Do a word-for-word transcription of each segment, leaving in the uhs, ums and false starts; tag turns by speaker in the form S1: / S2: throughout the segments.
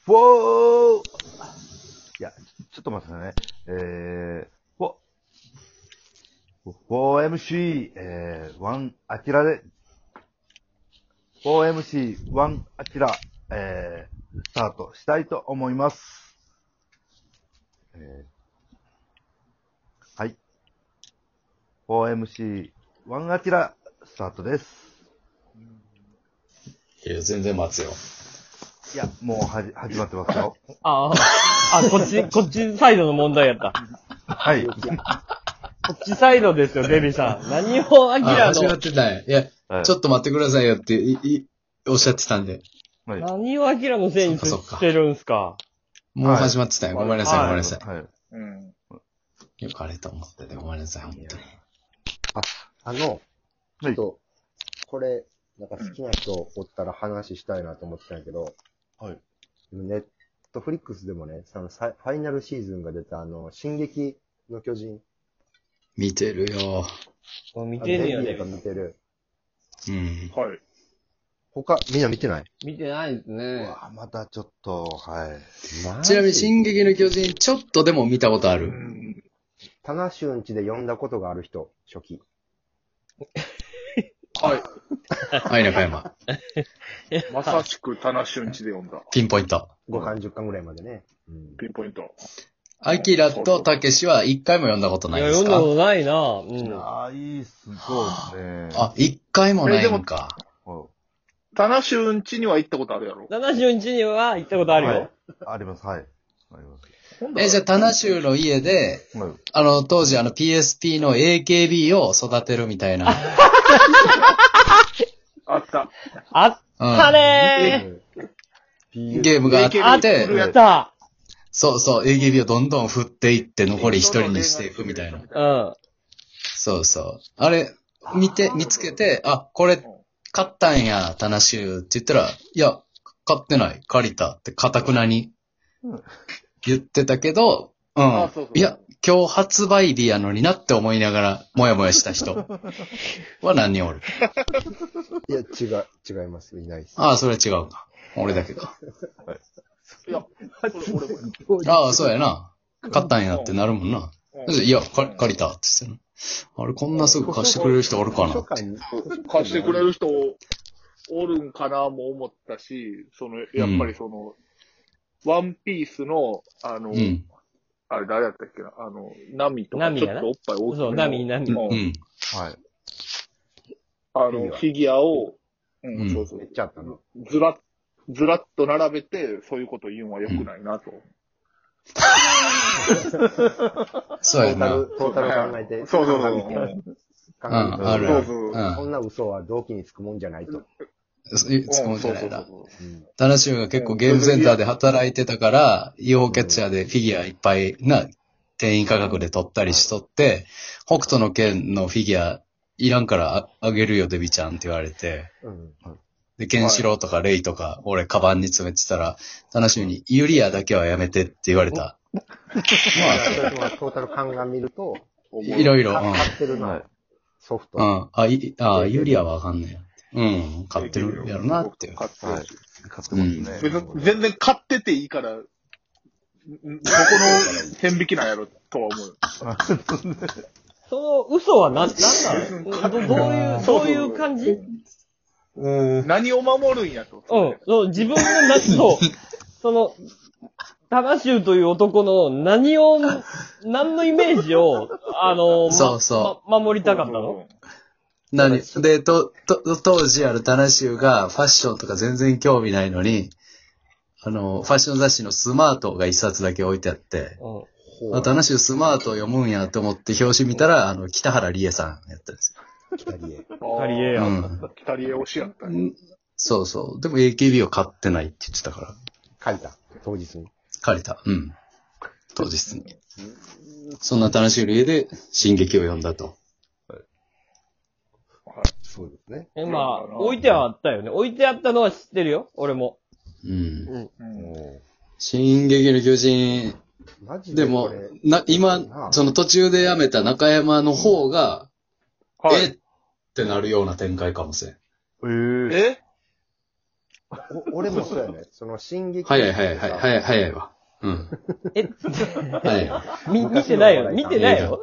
S1: フォー、いや、ちょっと待ってくださいね。えー、フォ、フォーエムシー、えー、ワン、アキラで、フォーエムシー、ワン、アキラ、えー、スタートしたいと思います。えー、はい。フォーエムシー、ワン、アキラ、スタートです。
S2: いや、全然待つよ。
S1: いや、もうはじ、始まってますよ。
S3: ああ、あ、こっち、こっちサイドの問題やった。
S1: はい。
S3: こっちサイドですよ、デビさん。何をアキラ
S2: あ、始ま
S3: の、
S2: ってたんや。いや、
S1: はい、
S2: ちょっと待ってくださいよっていいおっしゃってたんで。
S1: はい、
S3: 何をアキラのせいにしてるんすか。
S2: もう始まってたんや。ごめんなさい、
S3: はい
S2: ごめんなさい。
S1: はい。
S4: うん。
S2: よくあれと思ってて、ごめんなさい、本当に。
S5: あ、あの、ちょ
S1: はい
S5: っと、これ、なんか好きな人おったら話したいなと思ってたんやけど、
S1: はい。
S5: ネットフリックスでもね、そのファイナルシーズンが出たあの、進撃の巨人。
S2: 見てるよ。
S3: もう見てるよね
S5: デビュー。が見てる。
S2: うん。
S4: はい。
S5: 他、みんな見てない？
S3: 見てないです
S1: う
S3: ね。
S1: わまたちょっと、はい。
S2: ちなみに、進撃の巨人、ちょっとでも見たことあ
S4: う
S2: る。
S4: ん。
S5: タナシュンチで読んだことがある人、初期。
S4: はい。
S2: はい、中山。
S4: まさしくタナシュンチで読んだ。
S2: ピンポイント。
S5: ごかん、じゅっかんぐらいまでね。うん、
S4: ピンポイント。
S2: アキラとタケシは一回も読んだことない
S3: いや、
S2: ですか？
S3: 読んだことないな。うん。
S1: ああ、いいっす、そうですね。
S2: あ、一回もないんか。
S1: はい
S4: タナシュンチには行ったことあるやろ。
S3: ななじゅういちには行ったことあるよ。
S1: はいあります、はい。あります。
S2: え、じゃあ、タナシュの家で、
S1: はい
S2: あの、当時あの ピーエスピー の エーケービー を育てるみたいな。
S4: あった。
S3: あったね
S2: うんゲームがあっ
S3: ー。あ
S2: て、
S3: った。
S2: そうそう、エーケービー をどんどん振っていって残り一人にしていくみたいな。
S3: うん。
S2: そうそう。あれ、見て、見つけて、あ、これ、買ったんや、タナシュって言ったら、いや、買ってない、借りたって、かたくなに言ってたけど、うん
S4: あそうそう。
S2: いや、今日発売日やのになって思いながら、もやもやした人は何人おる？
S5: いや、違う、違います。いないです。
S2: ああ、それは違うか。俺だけか。
S4: いや、俺、俺も。
S2: ああ、そうやな。買ったんやってなるもんな。
S4: うん
S2: いや、か借りたって言ってたな。あれ、こんなすぐ貸してくれる人おるかな
S5: 図書館に
S4: 貸してくれる人おるんかなも思ったし、その、やっぱりその、ワンピースの、あの、
S2: うん。
S4: あれ誰だったっけな、あの、ナミとか、
S3: ナミやな
S4: ちょっとおっぱい大きめの。
S3: そう、ナミ、ナミ。
S4: うん
S2: うん。
S1: はい。
S4: あの、フィギュアを、うん、
S2: うん
S4: そうそう
S5: めっ。ちゃあったの。
S4: ずらっ、ずらっと並べて、そういうこと言うのは良くないなと。
S2: そうやな。
S5: トータル、トータル考えて。
S4: そうそうそう。
S5: 考えて考えて
S2: うん、あるある。
S4: そうそう
S2: うん
S5: こんな嘘は動機につくもんじゃないと。
S2: つつくもんじゃないな。
S5: うん
S2: タナシュが結構ゲームセンターで働いてたから、違法キャッチャーでフィギュアいっぱいな、店員価格で取ったりしとって、北斗の剣のフィギュアいらんからああげるよ、デビちゃんって言われて、
S5: うん。
S2: で、ケンシロウとかレイとか、俺、カバンに詰めてたら、タナシュに、ユリアだけはやめてって言われた。
S5: まあ、それともトータル鑑みると、
S2: いろいろ。
S5: 買ってるの
S1: は。
S5: はいソフト。
S2: うん。うん。あ、い、あ、ユリアはわかんねえ。うん。買ってるやろなっていう。
S4: 買ってる
S1: はい。買ってますね。
S4: 別に全然買ってていいから、んどこの天引きなんやろとは思う。
S3: その嘘はな、なんなのどどういう、どういう感じ
S5: うん。
S4: 何を守るんやと。
S3: うん。そう、自分のな、そう、その、タナシュという男の何を、何のイメージを、あの、ま、
S2: そうそ
S3: ま、守りたかったの
S2: 何で、と、と、当時あるタナシュがファッションとか全然興味ないのに、あの、ファッション雑誌のスマートが一冊だけ置いてあって、
S3: うん。
S2: あ、タナシュスマートを読むんやと思って表紙見たら、あの、北原理恵さんやったんです
S5: 北リエ。
S3: 二人ええや
S2: よ。
S3: ん。
S2: うん。
S4: 北リエ推しやったんや。
S2: うんそうそう。でも エーケービー を買ってないって言ってたから。
S5: 借りた。当日に。
S2: 借りた。うん。当日に。そんな楽しい家で進撃を読んだと。
S5: そうですね。
S3: え、まあ、置いてはあったよね。置いてあったのは知ってるよ。俺も。
S2: うん。
S4: うん
S2: 進撃の巨人、
S5: マジで
S2: でも
S5: これ、
S2: な、今、その途中で辞めた中山の方が、
S4: はい。
S2: えってなるような展開かもしれん。
S1: えー、
S4: え
S5: お俺もそうやね。その、進撃。
S2: 早い早い早い早い早いわ。うん。
S3: え、
S2: 早いわ。
S3: み、見てないよ。見てないよ。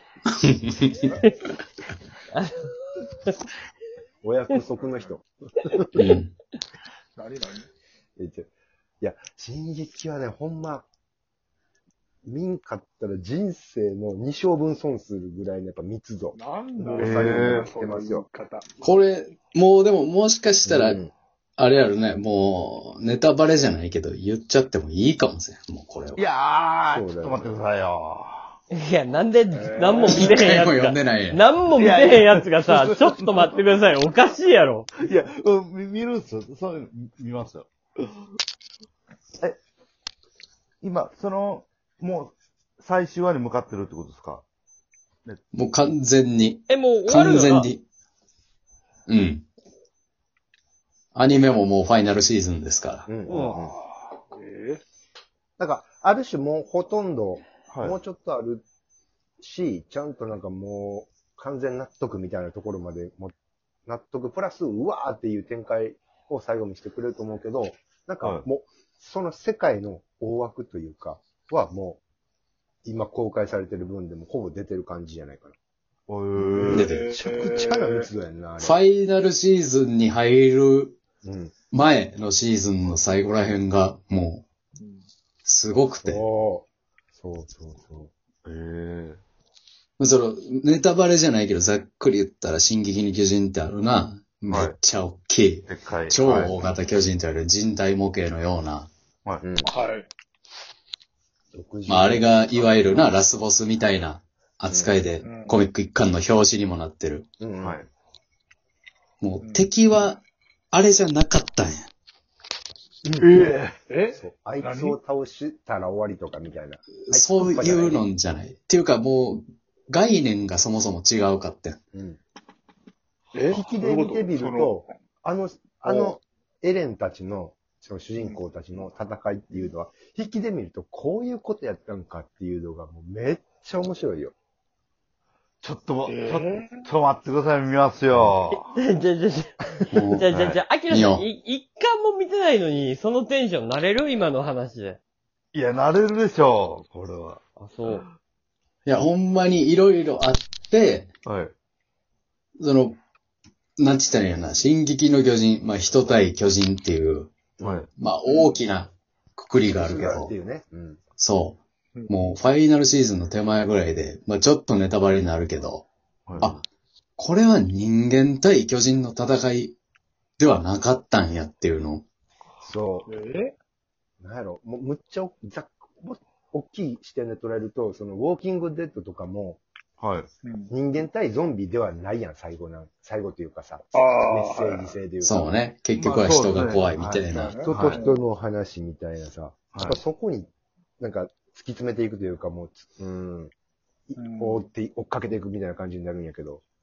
S5: お約束の人。
S2: うん。
S4: 何何
S5: えちょいや、進撃はね、ほんま、見んかったら人生のに勝分損するぐらいのやっぱ密度。
S4: なんだ
S5: え
S4: ろう、
S5: ー
S4: その言い方。
S2: これ、もうでももしかしたら、
S5: うん
S2: あれやろね、もう、ネタバレじゃないけど、言っちゃってもいいかもしれん。もうこれは。
S1: いやー、
S5: そうだよね
S1: ちょっと待ってくださいよ。
S3: いや、なんで、何も見
S2: 一
S3: てへんやつ
S2: 回も読んで
S3: が。
S2: ないやん。
S3: 何も見てへんやつがさ、ちょっと待ってください。おかしいやろ。
S1: いや、うん、見見るんすよ。そういうの見ますよ。え、今、その、もう、最終話に向かってるってことですか？
S2: もう完全に。
S3: え、もう終わる
S2: 完
S3: よな。
S2: 全に。うん。アニメももうファイナルシーズンですから。
S5: うん。
S3: う
S5: うんん。
S4: え
S5: なんか、ある種もうほとんど、
S1: はい。
S5: もうちょっとあるし、ちゃんとなんかもう、完全納得みたいなところまでも、納得プラス、うわーっていう展開を最後にしてくれると思うけど、なん
S1: はい
S5: かもう、その世界の大枠というか、はもう、今公開されてる分でもほぼ出てる感じじゃないかな。
S1: えー
S2: 出てる
S5: めちゃくちゃな密度やんな、あれ。
S2: ファイナルシーズンに入る
S5: うん。
S2: 前のシーズンの最後ら辺が、もう、すごくて。
S5: そう。そうそうそう。
S1: え
S2: その、ネタバレじゃないけど、ざっくり言ったら、進撃の巨人ってあるな。めっちゃ大きい。
S1: ー、でっかい。
S2: 超
S1: はい
S2: 大型巨人と言われる人体模型のような。
S1: はい。
S5: うん。
S4: はい。
S2: まあ、あれが、いわゆるな、ラスボスみたいな扱いで
S4: うん、
S2: コミック一巻の表紙にもなってる。
S5: うん、うん。
S1: はい。
S2: もう、敵は、あれじゃなかったんや。
S1: え
S4: え
S5: そう。あいつを倒したら終わりとかみたいな。
S2: そういうのじゃない。っていうかもう、概念がそもそも違うかってん。
S5: うん。
S4: え
S5: 引きで見てみると、あの、あの、エレンたちの、その主人公たちの戦いっていうのは、引きで見るとこういうことやったんかっていうのがもうめっちゃ面白いよ。
S1: ちょっとも、
S4: えー
S1: ちょっと待ってください、見ますよ。
S3: じゃ、じゃ、じゃ、じ
S2: もう
S3: ゃ、じゃ、じゃ、アキラ
S2: 見よう
S3: さん、い一巻も見てないのに、そのテンションなれる今の話で。
S1: いや、慣れるでしょう、これは。
S3: あ、そう。
S2: いや、ほんまにいろいろあって、
S1: はい。
S2: その、なんて言ったらいいんやな、進撃の巨人、まあ人対巨人っていう、
S1: はい。
S2: まあ大きなくくりがあるけど
S5: って、いうね。うん。
S2: そう
S4: うん。
S2: もうファイナルシーズンの手前ぐらいで、まあちょっとネタバレになるけど、
S1: はい。
S2: あ、これは人間対巨人の戦いではなかったんやっていうの。
S5: そ
S4: え
S5: う。なんやろ、もうむっちゃおざっも大きい視点で捉えると、そのウォーキングデッドとかも
S1: はい。
S4: うん。
S5: 人間対ゾンビではないやん、最後な、最後というかさ、
S4: あ
S5: メ
S4: あ。
S5: ッセージ性でいうか。
S2: そうね。結局は人が怖いみたいな。
S4: まあそうですね
S5: 人と人の話みたいなさ、
S1: はい
S5: やっぱそこになんか突き詰めていくというかもうつ、うん、い
S4: うん
S5: 追って、追っかけていくみたいな感じになるんやけど、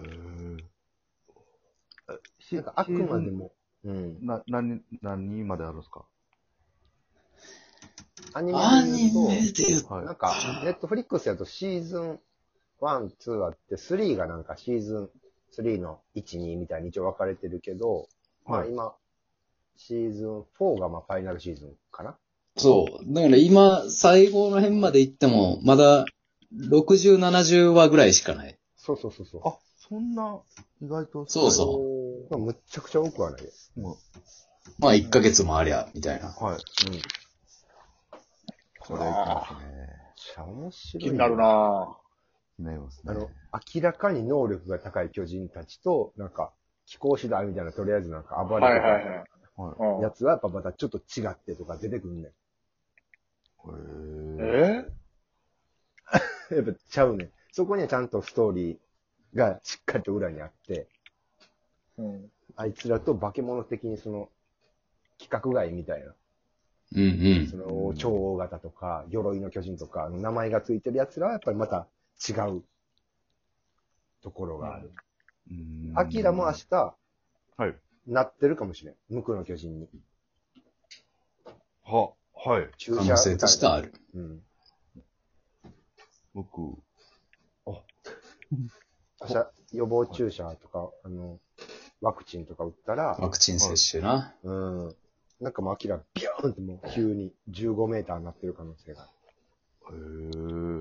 S1: し
S5: なんかあくまでも、うん、
S1: な、何、何人まであるんですか？
S5: アニメ
S2: ア
S5: で言う
S2: ニメで言う
S5: と、
S1: はい
S5: なんか、ネットフリックスやとシーズンワン、ツーあって、スリーがなんかシーズンスリーのいち、にみたいに一応分かれてるけど、まあ
S1: はい
S5: 今、シーズンフォーがまあファイナルシーズンかな。
S2: そう。だから今、最後の辺まで行っても、まだろくじゅう、ななじゅう話ぐらいしかない。
S5: そうそうそうそう。
S1: あ、そんな、意外と。
S2: そうそ
S5: まあ、むっちゃくちゃ多くはないよ。
S1: も
S2: まあいっかげつもありゃ、みたいな。
S1: う、はい。
S5: うん。
S1: これいきますね。
S5: めっちゃ面白い。
S4: 気になるな
S1: 気になりますね。
S5: あの、明らかに能力が高い巨人たちと、なんか、貴公子だみたいな、とりあえずなんか暴
S4: ぁ。
S5: れて
S4: はいはいはい。
S5: た
S1: はい。
S4: うん
S5: やつはやっぱまたちょっと違ってとか出てくるねん。
S1: へ
S4: え
S5: やっぱちゃうねん。そこにはちゃんとストーリーがしっかりと裏にあって、
S4: うん。
S5: あいつらと化け物的にその、規格外みたいな、
S2: うんうん
S5: そ。の、超大型とか、鎧の巨人とか、あの名前がついてるやつらはやっぱりまた違うところがある。
S1: うん
S5: アキラも明日、
S1: はい。
S5: なってるかもしれん。無垢の巨人に。
S1: は、はい。
S5: 注
S2: 可能性としてはある。
S5: うん。
S1: 僕、
S5: 明日、予防注射とか、あの、 ワクチンとか打ったら、
S2: ワクチン接種な。
S5: うん。なんかもうアキラビューンってもう急にじゅうごメーターになってる可能性が。
S1: へー。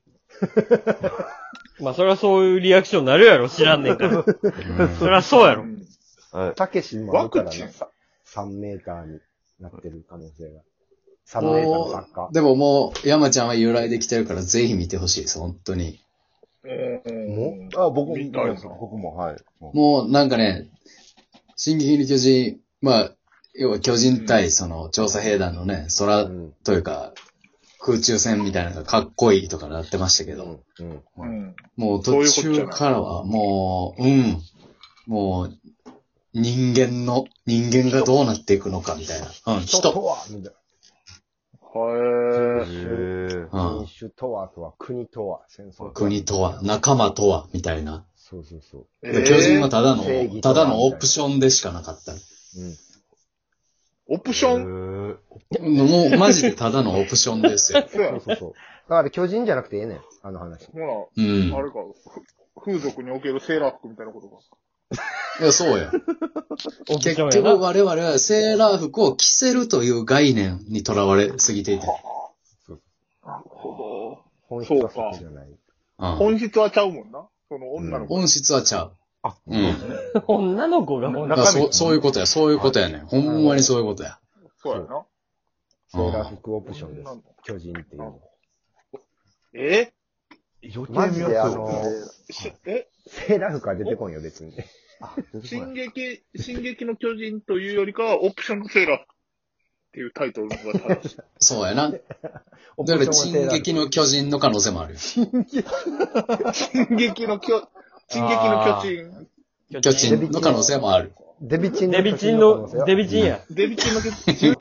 S3: まあ、そりゃそういうリアクションになるやろ、知らんねんから。そりゃそうやろ。
S1: はい。
S5: たけしもあるからね
S4: ワクチン。
S5: さんメーターになってる可能性が。さんメーターの
S2: も
S5: サッカ
S2: う、でももう、山ちゃんは由来できてるからぜひ見てほしいです、本当に。
S4: うん。
S1: あ、僕も、
S4: 見たいな
S1: 僕も、はい。
S2: もうなんかね、進撃の巨人、まあ、要は巨人対その調査兵団のね、
S5: ー。
S2: 空
S5: うん。
S2: というか、空中戦みたいなのがかっこいいとかなってましたけど、
S5: うん。うん。
S4: うん。
S2: もう途中からはもう、うん、もう、人間の、人間がどうなっていくのかみたいな。うん、人。
S5: 人とはみたい
S4: は
S1: へー。
S5: な。
S2: うん
S5: 人種とはとは、国とは、戦争とは。
S2: 国とは、仲間とは、みたいな。
S5: そうそうそう。
S4: え
S2: で巨人はただの、
S5: 正義とは
S2: ただのオプションでしかなかった。
S5: うん。
S4: オプション
S1: ン
S2: もうマジでただのオプションですよ。
S4: そうや
S5: そうそうそう。だから巨人じゃなくてええねん、あの話。
S4: ほら、
S2: うん。
S4: あれか、ふ風俗におけるセーラー服みたいなことか。
S2: いや、そうや。
S3: オプシ
S2: 結
S3: ョンやな
S2: 局我々はセーラー服を着せるという概念にとらわれすぎていて。
S4: なるほ
S5: 本質はそこじゃない。
S2: うん
S4: ど。本質はちゃうもんな。その女の子。
S2: 本質はちゃう。
S5: あ、
S2: うん。
S3: 女の子が本
S2: だからそう、そういうことや、そういうことやねん。ほんまにそういうことや。
S4: そうやな。
S5: セーラー服オプションです
S4: 女の。
S5: 巨人っていうの。
S4: え
S1: 余計
S5: マジであ
S1: 見
S5: の、
S4: しえ
S5: セーラー服は出てこんよ、別に。
S1: あ、出てこ
S4: 進
S1: ない。
S4: 撃、進撃の巨人というよりかは、オプションセーラーっていうタイトルの方が正しい。
S2: そうやな。だ
S5: オ
S2: から、
S5: プションはセーラー服
S2: 進撃の巨人の可能性もあるよ。
S4: 進撃の巨、進撃の巨人。
S2: 巨人の可能性もある。
S5: デビチンの
S3: デビチンの、デビチンや。
S4: デビチンの巨人。